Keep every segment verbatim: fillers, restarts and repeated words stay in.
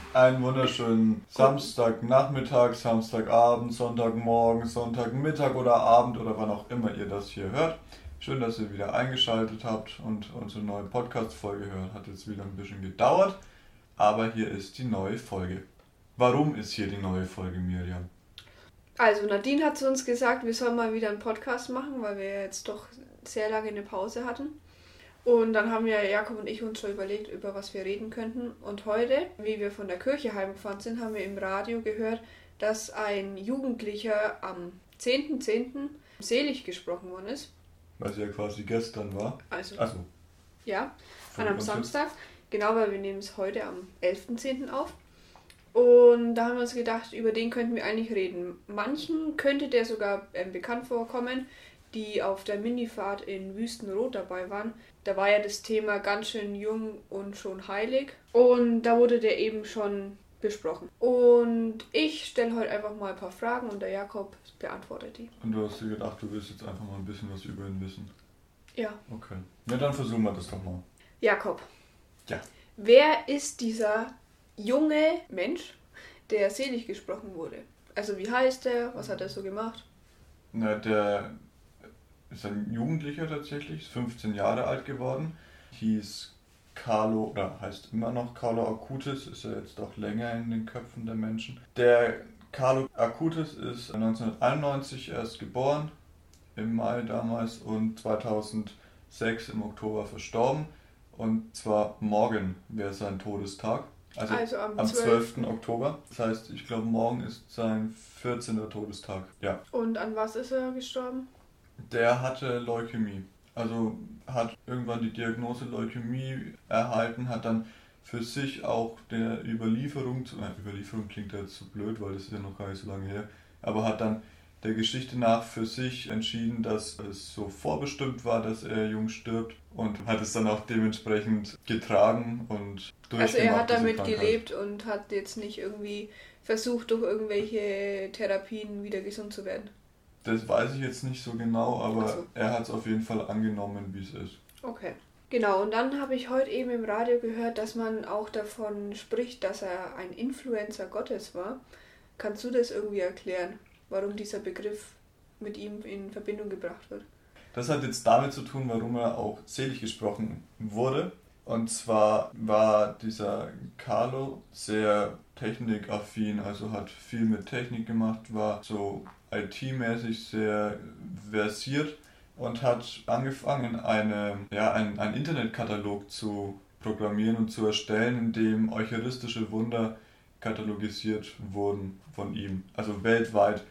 Einen wunderschönen Samstagnachmittag, Samstagabend, Sonntagmorgen, Sonntagmittag oder Abend oder wann auch immer ihr das hier hört. Schön, dass ihr wieder eingeschaltet habt und unsere neue Podcast-Folge hört. Hat jetzt wieder ein bisschen gedauert, aber hier ist die neue Folge. Warum ist hier die neue Folge, Miriam? Also Nadine hat zu uns gesagt, wir sollen mal wieder einen Podcast machen, weil wir jetzt doch sehr lange eine Pause hatten. Und dann haben wir, Jakob und ich, uns schon überlegt, über was wir reden könnten. Und heute, wie wir von der Kirche heimgefahren sind, haben wir im Radio gehört, dass ein Jugendlicher am zehnten zehnten selig gesprochen worden ist. Was ja quasi gestern war. Also, also ja, an einem Samstag. Genau, weil wir nehmen es heute am elften zehnten auf. Und da haben wir uns gedacht, über den könnten wir eigentlich reden. Manchen könnte der sogar ähm, bekannt vorkommen, die auf der Minifahrt in Wüstenrot dabei waren. Da war ja das Thema ganz schön jung und schon heilig. Und da wurde der eben schon besprochen. Und ich stelle heute einfach mal ein paar Fragen und der Jakob beantwortet die. Und du hast dir gedacht, du willst jetzt einfach mal ein bisschen was über ihn wissen? Ja. Okay. Ja, dann versuchen wir das doch mal. Jakob. Ja. Wer ist dieser junge Mensch, der selig gesprochen wurde? Also wie heißt er? Was hat er so gemacht? Na, der ist ein Jugendlicher tatsächlich, ist fünfzehn Jahre alt geworden, hieß Carlo, oder heißt immer noch Carlo Acutis, ist er jetzt auch länger in den Köpfen der Menschen. Der Carlo Acutis ist neunzehnhunderteinundneunzig erst geboren, im Mai damals, und zweitausendsechs im Oktober verstorben. Und zwar morgen wäre sein Todestag, also, also am, am zwölften Oktober. Das heißt, ich glaube, morgen ist sein vierzehnter Todestag. Ja. Und an was ist er gestorben? Der hatte Leukämie. Also hat irgendwann die Diagnose Leukämie erhalten, hat dann für sich auch der Überlieferung, zu, äh, Überlieferung klingt jetzt so blöd, weil das ist ja noch gar nicht so lange her, aber hat dann der Geschichte nach für sich entschieden, dass es so vorbestimmt war, dass er jung stirbt, und hat es dann auch dementsprechend getragen und durchgemacht. Also er hat damit gelebt und hat jetzt nicht irgendwie versucht, durch irgendwelche Therapien wieder gesund zu werden. Das weiß ich jetzt nicht so genau, aber so. Er hat es auf jeden Fall angenommen, wie es ist. Okay. Genau, und dann habe ich heute eben im Radio gehört, dass man auch davon spricht, dass er ein Influencer Gottes war. Kannst du das irgendwie erklären, warum dieser Begriff mit ihm in Verbindung gebracht wird? Das hat jetzt damit zu tun, warum er auch selig gesprochen wurde. Und zwar war dieser Carlo sehr technikaffin, also hat viel mit Technik gemacht, war so I T-mäßig sehr versiert und hat angefangen, eine, ja, einen, einen Internetkatalog zu programmieren und zu erstellen, in dem eucharistische Wunder katalogisiert wurden von ihm, also weltweit.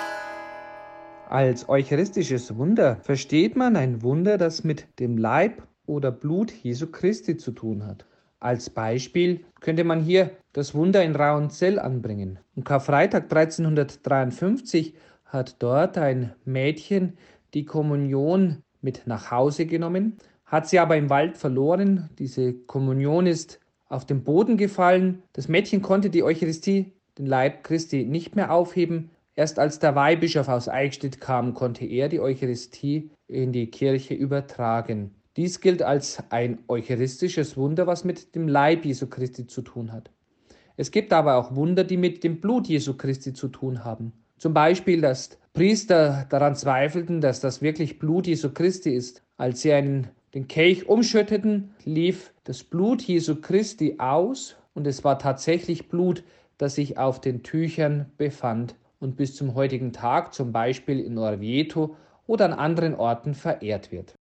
Als eucharistisches Wunder versteht man ein Wunder, das mit dem Leib oder Blut Jesu Christi zu tun hat. Als Beispiel könnte man hier das Wunder in Rauenzell anbringen. Am Karfreitag dreizehnhundertdreiundfünfzig hat dort ein Mädchen die Kommunion mit nach Hause genommen, hat sie aber im Wald verloren. Diese Kommunion ist auf den Boden gefallen. Das Mädchen konnte die Eucharistie, den Leib Christi, nicht mehr aufheben. Erst als der Weihbischof aus Eichstätt kam, konnte er die Eucharistie in die Kirche übertragen. Dies gilt als ein eucharistisches Wunder, was mit dem Leib Jesu Christi zu tun hat. Es gibt aber auch Wunder, die mit dem Blut Jesu Christi zu tun haben. Zum Beispiel, dass Priester daran zweifelten, dass das wirklich Blut Jesu Christi ist. Als sie einen, den Kelch umschütteten, lief das Blut Jesu Christi aus und es war tatsächlich Blut, das sich auf den Tüchern befand und bis zum heutigen Tag zum Beispiel in Orvieto oder an anderen Orten verehrt wird.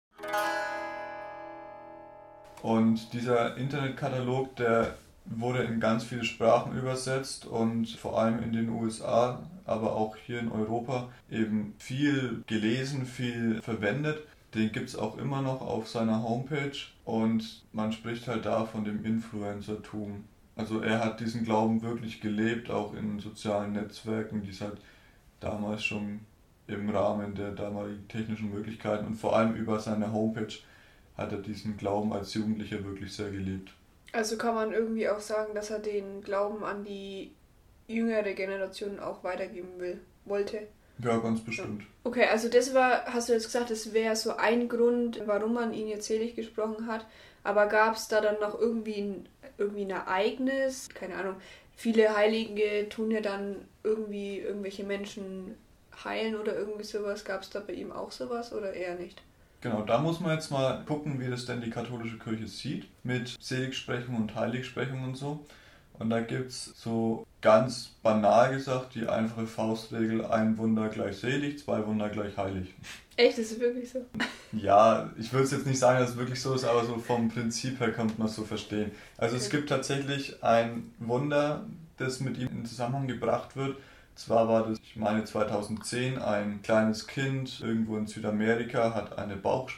Und dieser Internetkatalog, der wurde in ganz viele Sprachen übersetzt und vor allem in den U S A, aber auch hier in Europa eben viel gelesen, viel verwendet. Den gibt es auch immer noch auf seiner Homepage und man spricht halt da von dem Influencertum. Also er hat diesen Glauben wirklich gelebt, auch in sozialen Netzwerken, die es halt damals schon im Rahmen der damaligen technischen Möglichkeiten und vor allem über seine Homepage hat er diesen Glauben als Jugendlicher wirklich sehr gelebt. Also kann man irgendwie auch sagen, dass er den Glauben an die jüngere Generation auch weitergeben will, wollte. Ja, ganz bestimmt. Okay, also das war, hast du jetzt gesagt, das wäre so ein Grund, warum man ihn jetzt selig gesprochen hat. Aber gab es da dann noch irgendwie ein, irgendwie ein Ereignis, keine Ahnung, viele Heilige tun ja dann irgendwie irgendwelche Menschen heilen oder irgendwie sowas. Gab es da bei ihm auch sowas oder eher nicht? Genau, da muss man jetzt mal gucken, wie das denn die katholische Kirche sieht, mit Seligsprechung und Heiligsprechung und so. Und da gibt es so ganz banal gesagt die einfache Faustregel, ein Wunder gleich selig, zwei Wunder gleich heilig. Echt, ist es wirklich so? Ja, ich würde es jetzt nicht sagen, dass es wirklich so ist, aber so vom Prinzip her kann man es so verstehen. Also okay. Es gibt tatsächlich ein Wunder, das mit ihm in Zusammenhang gebracht wird. Zwar war das, ich meine zweitausendzehn, ein kleines Kind irgendwo in Südamerika, hat eine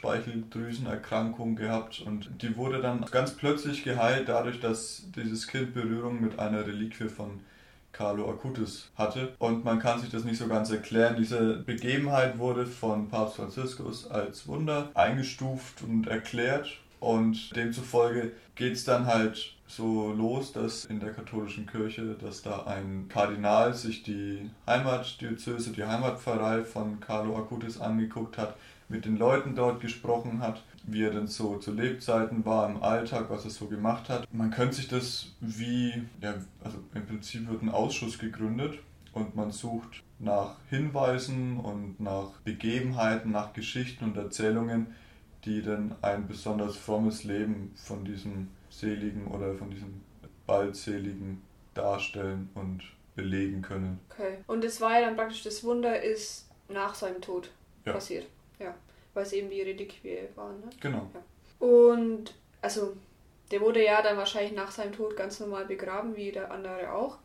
Bauchspeicheldrüsenerkrankung gehabt und die wurde dann ganz plötzlich geheilt dadurch, dass dieses Kind Berührung mit einer Reliquie von Carlo Acutis hatte. Und man kann sich das nicht so ganz erklären. Diese Begebenheit wurde von Papst Franziskus als Wunder eingestuft und erklärt. Und demzufolge geht es dann halt so los, dass in der katholischen Kirche, dass da ein Kardinal sich die Heimatdiözese, die Heimatpfarrei von Carlo Acutis angeguckt hat, mit den Leuten dort gesprochen hat, wie er denn so zu Lebzeiten war im Alltag, was er so gemacht hat. Man könnte sich das wie, ja, also im Prinzip wird ein Ausschuss gegründet und man sucht nach Hinweisen und nach Begebenheiten, nach Geschichten und Erzählungen, die dann ein besonders frommes Leben von diesem Seligen oder von diesem bald Seligen darstellen und belegen können. Okay. Und es war ja dann praktisch, das Wunder ist nach seinem Tod ja. passiert. Ja. Weil es eben die Reliquie war, ne? Genau. Ja. Und, also, der wurde ja dann wahrscheinlich nach seinem Tod ganz normal begraben, wie der andere auch.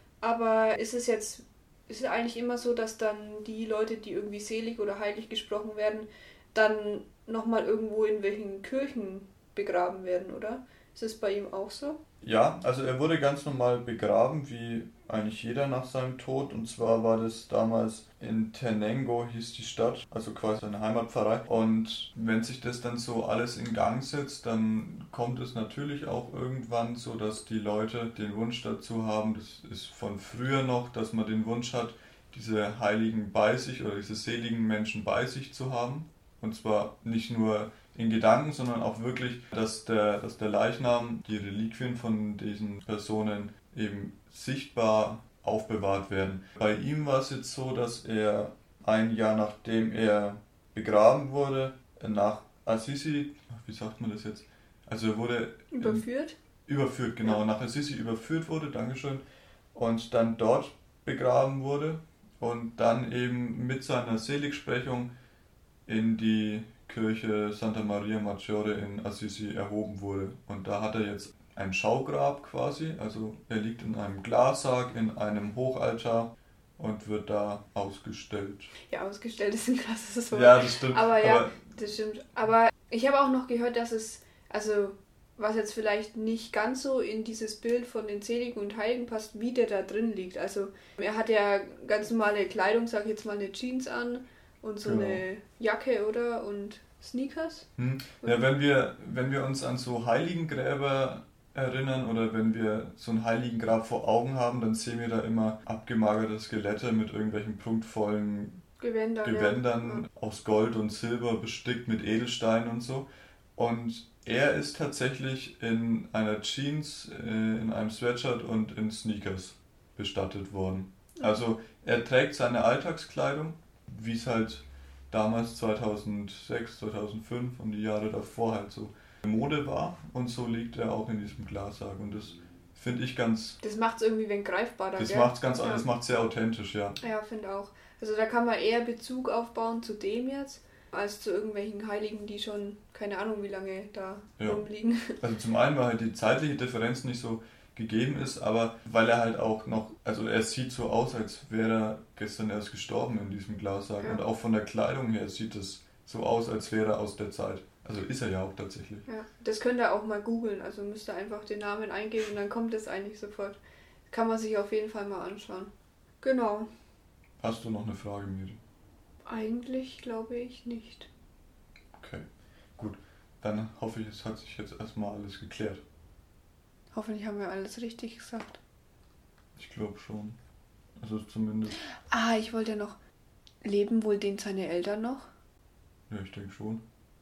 Aber ist es jetzt, ist es eigentlich immer so, dass dann die Leute, die irgendwie selig oder heilig gesprochen werden, dann nochmal irgendwo in welchen Kirchen begraben werden, oder? Ist es bei ihm auch so? Ja, also er wurde ganz normal begraben, wie eigentlich jeder nach seinem Tod. Und zwar war das damals in Tenango, hieß die Stadt, also quasi seine Heimatpfarrei. Und wenn sich das dann so alles in Gang setzt, dann kommt es natürlich auch irgendwann so, dass die Leute den Wunsch dazu haben, das ist von früher noch, dass man den Wunsch hat, diese Heiligen bei sich oder diese seligen Menschen bei sich zu haben. Und zwar nicht nur in Gedanken, sondern auch wirklich, dass der, dass der Leichnam, die Reliquien von diesen Personen eben sichtbar aufbewahrt werden. Bei ihm war es jetzt so, dass er ein Jahr nachdem er begraben wurde, nach Assisi, wie sagt man das jetzt? Also er wurde überführt? In, überführt, genau, ja. Nach Assisi überführt wurde, Dankeschön, und dann dort begraben wurde und dann eben mit seiner Seligsprechung in die Kirche Santa Maria Maggiore in Assisi erhoben wurde. Und da hat er jetzt ein Schaugrab quasi, also er liegt in einem Glassarg, in einem Hochaltar und wird da ausgestellt. Ja, ausgestellt ist ein krasses Wort. Ja, das stimmt. Aber ja, aber das stimmt. Aber ich habe auch noch gehört, dass es, also was jetzt vielleicht nicht ganz so in dieses Bild von den Seligen und Heiligen passt, wie der da drin liegt. Also er hat ja ganz normale Kleidung, sag ich jetzt mal eine Jeans an, und so genau. Eine Jacke, oder? Und Sneakers? Hm. Ja, wenn wir, wenn wir uns an so Heiligengräber erinnern oder wenn wir so ein Heiligengrab vor Augen haben, dann sehen wir da immer abgemagerte Skelette mit irgendwelchen prunkvollen Gewändern, Gewändern ja. aus Gold und Silber bestickt mit Edelsteinen und so. Und er ist tatsächlich in einer Jeans, in einem Sweatshirt und in Sneakers bestattet worden. Also er trägt seine Alltagskleidung, wie es halt damals zweitausendsechs, zweitausendfünf und die Jahre davor halt so Mode war, und so liegt er auch in diesem Glassarg und das finde ich ganz... Das macht es irgendwie wenig greifbarer, Das gell? macht's ganz, ja. Das macht sehr authentisch, ja. Ja, finde auch. Also da kann man eher Bezug aufbauen zu dem jetzt, als zu irgendwelchen Heiligen, die schon keine Ahnung wie lange da ja. rumliegen. Also zum einen, weil halt die zeitliche Differenz nicht so gegeben ist, aber weil er halt auch noch, also er sieht so aus, als wäre er gestern erst gestorben in diesem Glassarg, ja. Und auch von der Kleidung her sieht es so aus, als wäre er aus der Zeit. Also ist er ja auch tatsächlich. Ja, das könnt ihr auch mal googeln, also müsst ihr einfach den Namen eingeben und dann kommt es eigentlich sofort. Kann man sich auf jeden Fall mal anschauen. Genau. Hast du noch eine Frage, Miri? Eigentlich glaube ich nicht. Okay, gut. Dann hoffe ich, es hat sich jetzt erstmal alles geklärt. Hoffentlich haben wir alles richtig gesagt. Ich glaube schon. Also zumindest... Ah, ich wollte noch... Leben wohl den seine Eltern noch? Ja, ich denke schon.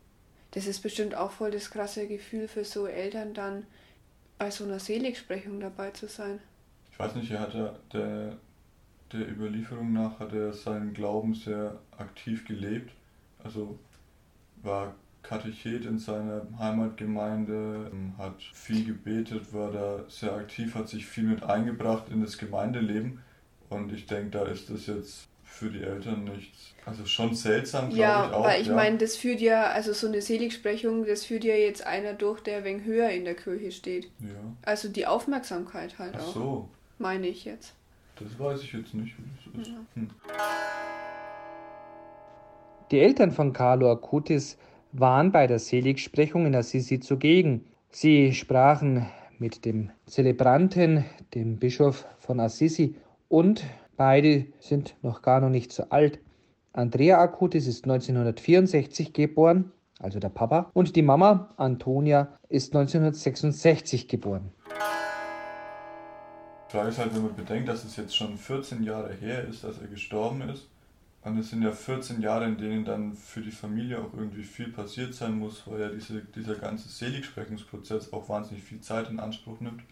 Das ist bestimmt auch voll das krasse Gefühl für so Eltern dann bei so einer Seligsprechung dabei zu sein. ich weiß nicht, er hat ja, der, der Überlieferung nach hat er seinen Glauben sehr aktiv gelebt. Also war Katechet in seiner Heimatgemeinde, hat viel gebetet, war da sehr aktiv, hat sich viel mit eingebracht in das Gemeindeleben. Und ich denke, da ist das jetzt für die Eltern nichts, also schon seltsam, glaube ja, ich auch. Weil ich ja, meine, das führt ja, also so eine Seligsprechung, das führt ja jetzt einer durch, der ein wenig höher in der Kirche steht. Ja. Also die Aufmerksamkeit halt Ach auch, so. meine ich jetzt. Das weiß ich jetzt nicht, wie das ist. Ja. Hm. Die Eltern von Carlo Acutis waren bei der Seligsprechung in Assisi zugegen. Sie sprachen mit dem Zelebranten, dem Bischof von Assisi, und beide sind noch gar noch nicht so alt. Andrea Acutis ist neunzehnhundertvierundsechzig geboren, also der Papa, und die Mama, Antonia, ist neunzehnhundertsechsundsechzig geboren. Die Frage ist halt, wenn man bedenkt, dass es jetzt schon vierzehn Jahre her ist, dass er gestorben ist. Und es sind ja vierzehn Jahre, in denen dann für die Familie auch irgendwie viel passiert sein muss, weil ja diese, dieser ganze Seligsprechungsprozess auch wahnsinnig viel Zeit in Anspruch nimmt.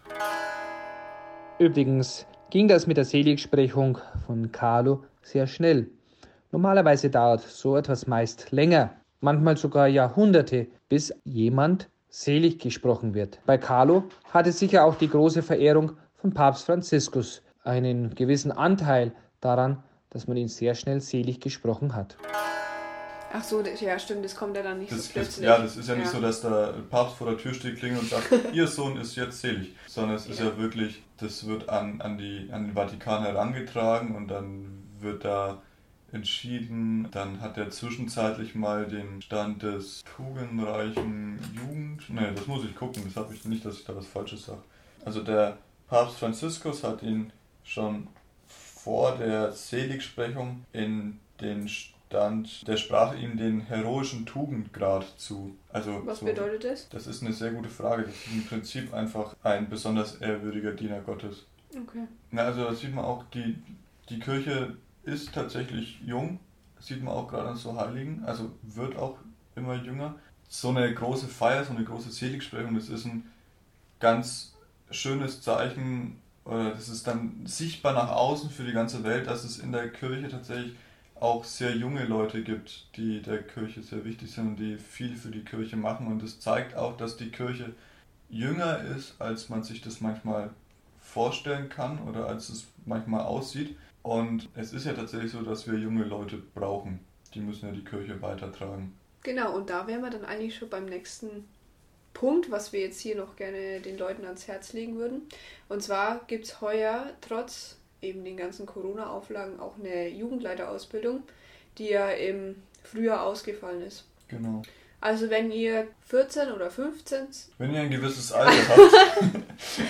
Übrigens ging das mit der Seligsprechung von Carlo sehr schnell. Normalerweise dauert so etwas meist länger, manchmal sogar Jahrhunderte, bis jemand selig gesprochen wird. Bei Carlo hatte sicher auch die große Verehrung von Papst Franziskus einen gewissen Anteil daran, dass man ihn sehr schnell selig gesprochen hat. Ach so, das, ja stimmt, das kommt ja dann nicht Das, so plötzlich. das, ja, das ist ja nicht Ja. so, dass der Papst vor der Tür steht, klingelt und sagt, Ihr Sohn ist jetzt selig. Sondern es ist Ja. ja wirklich, das wird an, an, die, an den Vatikan herangetragen und dann wird da entschieden. Dann hat er zwischenzeitlich mal den Stand des tugendreichen Jugend... Ne, das muss ich gucken, das habe ich nicht, dass ich da was Falsches sage. Also der Papst Franziskus hat ihn schon vor der Seligsprechung in den Stand, der sprach ihm den heroischen Tugendgrad zu. Also Was so, bedeutet das? das ist eine sehr gute Frage. Das ist im Prinzip einfach ein besonders ehrwürdiger Diener Gottes. Okay. Na, also da sieht man auch, die, die Kirche ist tatsächlich jung. Das sieht man auch gerade an so Heiligen. Also wird auch immer jünger. So eine große Feier, so eine große Seligsprechung, das ist ein ganz schönes Zeichen, oder das ist dann sichtbar nach außen für die ganze Welt, dass es in der Kirche tatsächlich auch sehr junge Leute gibt, die der Kirche sehr wichtig sind und die viel für die Kirche machen. Und es zeigt auch, dass die Kirche jünger ist, als man sich das manchmal vorstellen kann oder als es manchmal aussieht. Und es ist ja tatsächlich so, dass wir junge Leute brauchen. Die müssen ja die Kirche weitertragen. Genau, und da wären wir dann eigentlich schon beim nächsten Punkt, was wir jetzt hier noch gerne den Leuten ans Herz legen würden. Und zwar gibt es heuer trotz eben den ganzen Corona-Auflagen auch eine Jugendleiterausbildung, die ja im Frühjahr ausgefallen ist. Genau. Also wenn ihr vierzehn oder fünfzehn... Wenn ihr ein gewisses Alter habt.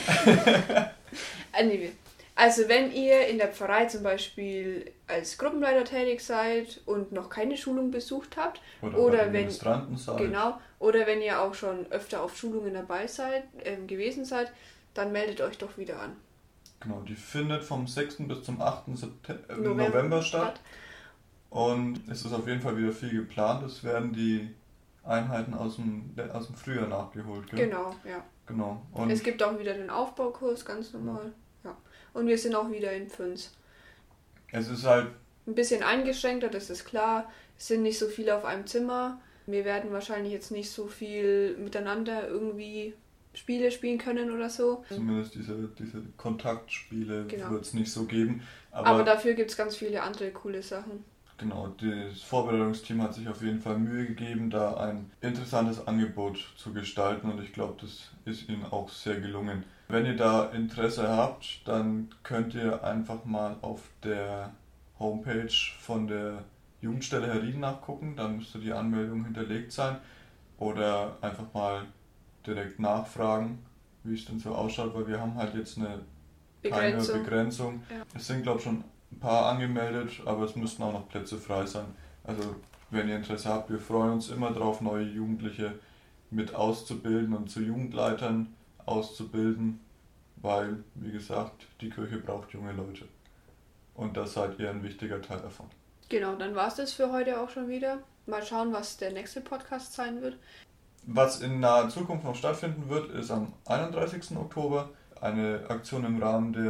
äh, nee, also wenn ihr in der Pfarrei zum Beispiel als Gruppenleiter tätig seid und noch keine Schulung besucht habt, Oder, oder bei wenn Ministranten seid. genau, oder wenn ihr auch schon öfter auf Schulungen dabei seid, ähm, gewesen seid, dann meldet euch doch wieder an. Genau, die findet vom sechsten bis zum achten September, äh, November November statt. Und es ist auf jeden Fall wieder viel geplant. Es werden die Einheiten aus dem, aus dem Frühjahr nachgeholt. Gell? Genau, ja. Genau. Und Es gibt auch wieder den Aufbaukurs, ganz normal. Ja. Und wir sind auch wieder in Pfünz. es ist halt, Ein bisschen eingeschränkter, das ist klar. Es sind nicht so viele auf einem Zimmer. Wir werden wahrscheinlich jetzt nicht so viel miteinander irgendwie Spiele spielen können oder so. zumindest diese, diese Kontaktspiele Genau. wird es nicht so geben. Aber, Aber dafür gibt es ganz viele andere coole Sachen. genau, das Vorbereitungsteam hat sich auf jeden Fall Mühe gegeben, da ein interessantes Angebot zu gestalten und ich glaube, das ist ihnen auch sehr gelungen. Wenn ihr da Interesse habt, dann könnt ihr einfach mal auf der Homepage von der Jugendstelle Herrieden nachgucken, da müsste die Anmeldung hinterlegt sein oder einfach mal direkt nachfragen, wie es denn so ausschaut, weil wir haben halt jetzt eine Begrenzung. keine Begrenzung. Ja. Es sind glaube ich schon ein paar angemeldet, aber es müssten auch noch Plätze frei sein. Also wenn ihr Interesse habt, wir freuen uns immer darauf, neue Jugendliche mit auszubilden und zu Jugendleitern auszubilden, weil, wie gesagt, die Kirche braucht junge Leute. Und da seid ihr ein wichtiger Teil davon. Genau, dann war es das für heute auch schon wieder. Mal schauen, was der nächste Podcast sein wird. Was in naher Zukunft noch stattfinden wird, ist am einunddreißigsten Oktober eine Aktion im Rahmen der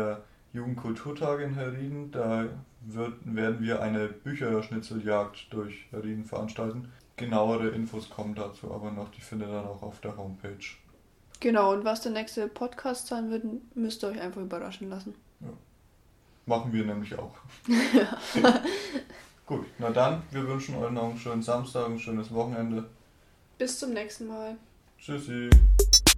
Jugendkulturtage in Herrieden. Da wird, werden wir eine Bücherschnitzeljagd durch Herrieden veranstalten. Genauere Infos kommen dazu aber noch, die findet ihr dann auch auf der Homepage. Genau, und was der nächste Podcast sein wird, müsst ihr euch einfach überraschen lassen. Ja. Machen wir nämlich auch. Gut, na dann, wir wünschen euch noch einen schönen Samstag, ein schönes Wochenende. Bis zum nächsten Mal. Tschüssi.